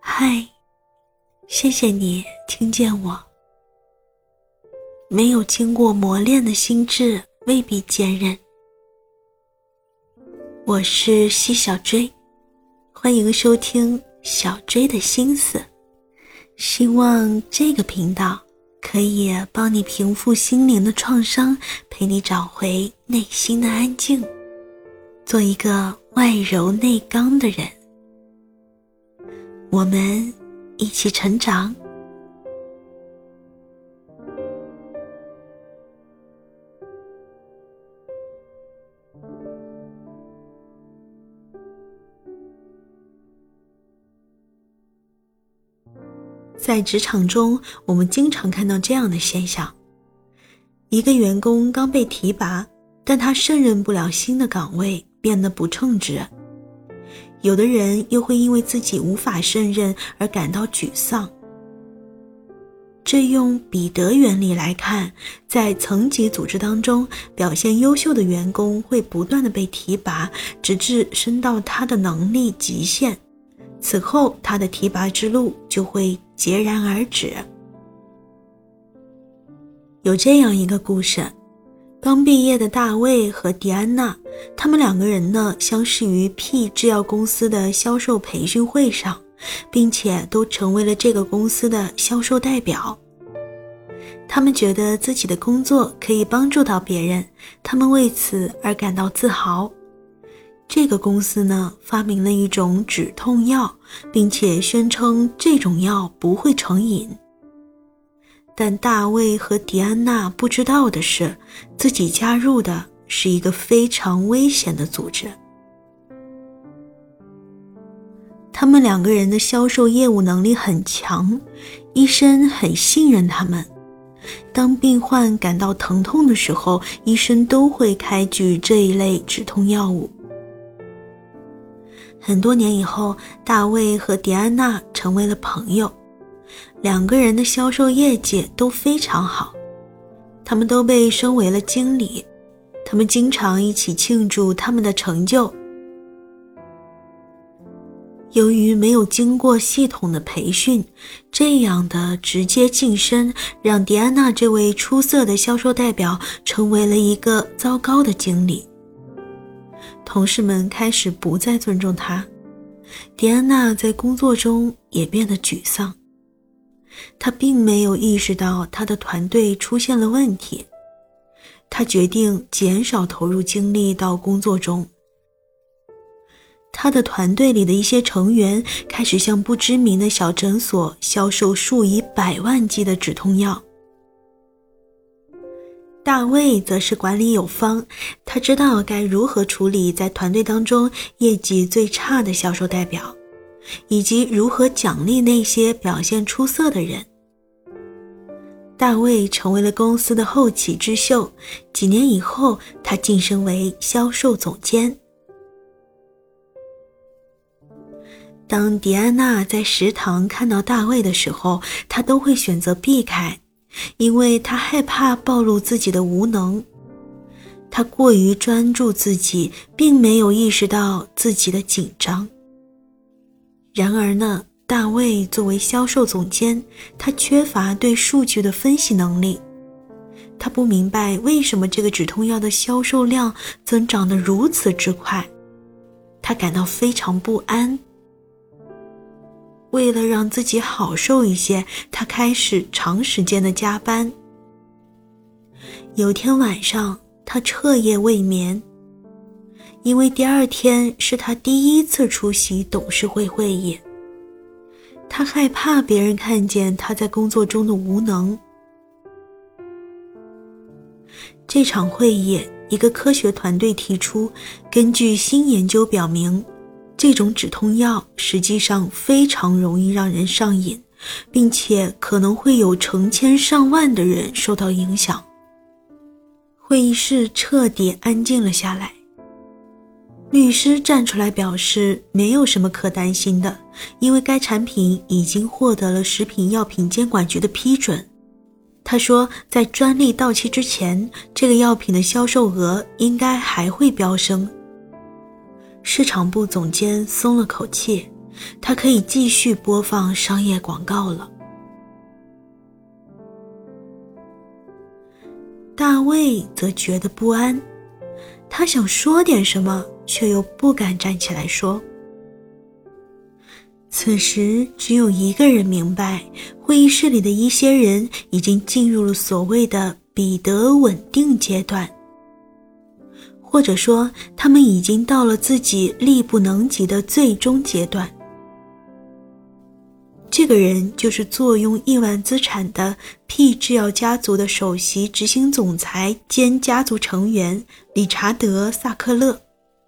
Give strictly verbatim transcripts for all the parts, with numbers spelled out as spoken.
嗨，谢谢你听见我。没有经过磨练的心智未必坚韧。我是西小追，欢迎收听小追的心思。希望这个频道可以帮你平复心灵的创伤，陪你找回内心的安静，做一个外柔内刚的人。我们一起成长。在职场中，我们经常看到这样的现象：一个员工刚被提拔，但他胜任不了新的岗位，变得不称职。有的人又会因为自己无法胜任而感到沮丧。这用彼得原理来看，在层级组织当中，表现优秀的员工会不断地被提拔，直至升到他的能力极限，此后他的提拔之路就会截然而止。有这样一个故事，刚毕业的大卫和迪安娜，他们两个人呢相识于 P 制药公司的销售培训会上，并且都成为了这个公司的销售代表。他们觉得自己的工作可以帮助到别人，他们为此而感到自豪。这个公司呢发明了一种止痛药，并且宣称这种药不会成瘾。但大卫和迪安娜不知道的是，自己加入的是一个非常危险的组织。他们两个人的销售业务能力很强，医生很信任他们。当病患感到疼痛的时候，医生都会开具这一类止痛药物。很多年以后，大卫和迪安娜成为了朋友，两个人的销售业绩都非常好，他们都被升为了经理，他们经常一起庆祝他们的成就。由于没有经过系统的培训，这样的直接晋升让迪安娜这位出色的销售代表成为了一个糟糕的经理。同事们开始不再尊重她，迪安娜在工作中也变得沮丧。她并没有意识到她的团队出现了问题，她决定减少投入精力到工作中。他的团队里的一些成员开始向不知名的小诊所销售数以百万计的止痛药。大卫则是管理有方，他知道该如何处理在团队当中业绩最差的销售代表，以及如何奖励那些表现出色的人。大卫成为了公司的后起之秀，几年以后，他晋升为销售总监。当迪安娜在食堂看到大卫的时候，她都会选择避开，因为她害怕暴露自己的无能。她过于专注自己，并没有意识到自己的紧张。然而呢，大卫作为销售总监，他缺乏对数据的分析能力。他不明白为什么这个止痛药的销售量增长得如此之快，他感到非常不安。为了让自己好受一些，他开始长时间的加班。有天晚上，他彻夜未眠，因为第二天是他第一次出席董事会会议。他害怕别人看见他在工作中的无能。这场会议，一个科学团队提出，根据新研究表明，这种止痛药实际上非常容易让人上瘾，并且可能会有成千上万的人受到影响。会议室彻底安静了下来。律师站出来表示没有什么可担心的，因为该产品已经获得了食品药品监管局的批准。他说，在专利到期之前，这个药品的销售额应该还会飙升。市场部总监松了口气， 他可以继续播放商业广告了。大卫则觉得不安，他想说点什么，却又不敢站起来说。此时只有一个人明白，会议室里的一些人已经进入了所谓的彼得稳定阶段，或者说他们已经到了自己力不能及的最终阶段。这个人就是坐拥亿万资产的 P 制药家族的首席执行总裁兼家族成员理查德·萨克勒。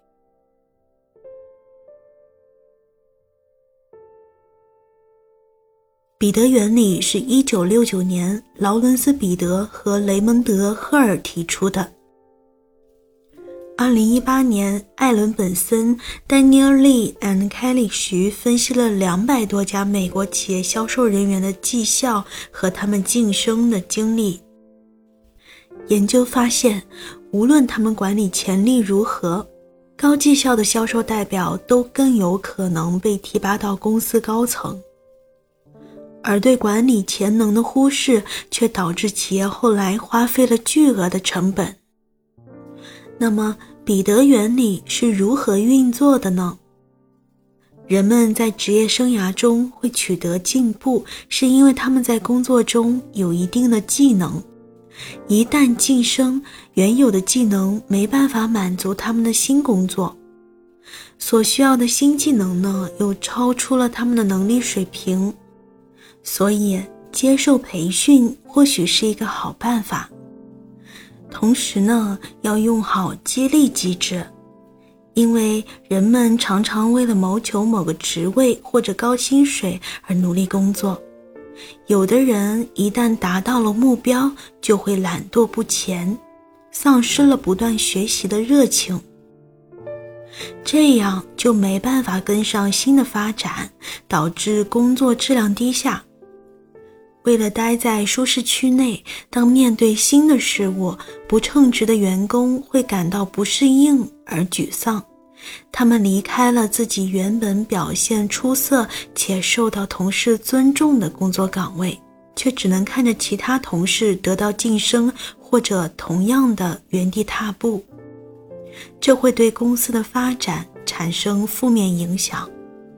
彼得原理是一九六九年劳伦斯·彼得和雷蒙德·赫尔提出的。二零一八年，艾伦·本森、丹尼尔·利 和凯里·徐分析了两百多家美国企业销售人员的绩效和他们晋升的经历。研究发现，无论他们管理潜力如何，高绩效的销售代表都更有可能被提拔到公司高层。而对管理潜能的忽视，却导致企业后来花费了巨额的成本。那么，彼得原理是如何运作的呢？人们在职业生涯中会取得进步，是因为他们在工作中有一定的技能。一旦晋升，原有的技能没办法满足他们的新工作，所需要的新技能呢，又超出了他们的能力水平。所以，接受培训或许是一个好办法。同时呢，要用好激励机制，因为人们常常为了谋求某个职位或者高薪水而努力工作。有的人一旦达到了目标，就会懒惰不前，丧失了不断学习的热情，这样就没办法跟上新的发展，导致工作质量低下。为了待在舒适区内，当面对新的事物，不称职的员工会感到不适应而沮丧。他们离开了自己原本表现出色且受到同事尊重的工作岗位，却只能看着其他同事得到晋升或者同样的原地踏步。这会对公司的发展产生负面影响。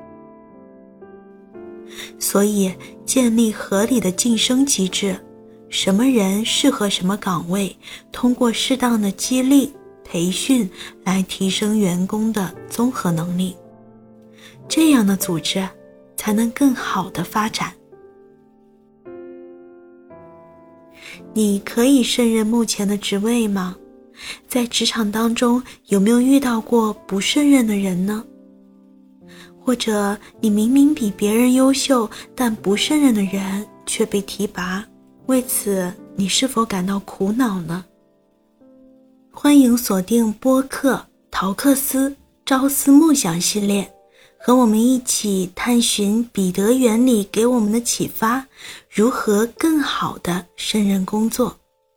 所以，建立合理的晋升机制，什么人适合什么岗位，通过适当的激励、培训来提升员工的综合能力，这样的组织才能更好的发展。你可以胜任目前的职位吗？在职场当中，有没有遇到过不胜任的人呢？或者你明明比别人优秀，但不胜任的人却被提拔，为此你是否感到苦恼呢？欢迎锁定播客陶克斯朝思暮想系列，和我们一起探寻彼得原理给我们的启发，如何更好地胜任工作。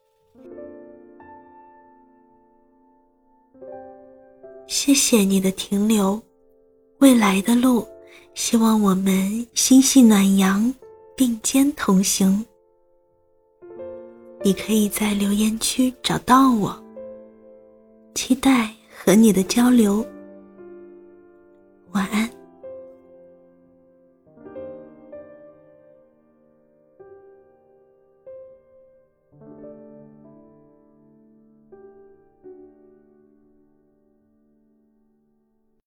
谢谢你的停留，未来的路，希望我们心系暖阳，并肩同行。你可以在留言区找到我，期待和你的交流。晚安。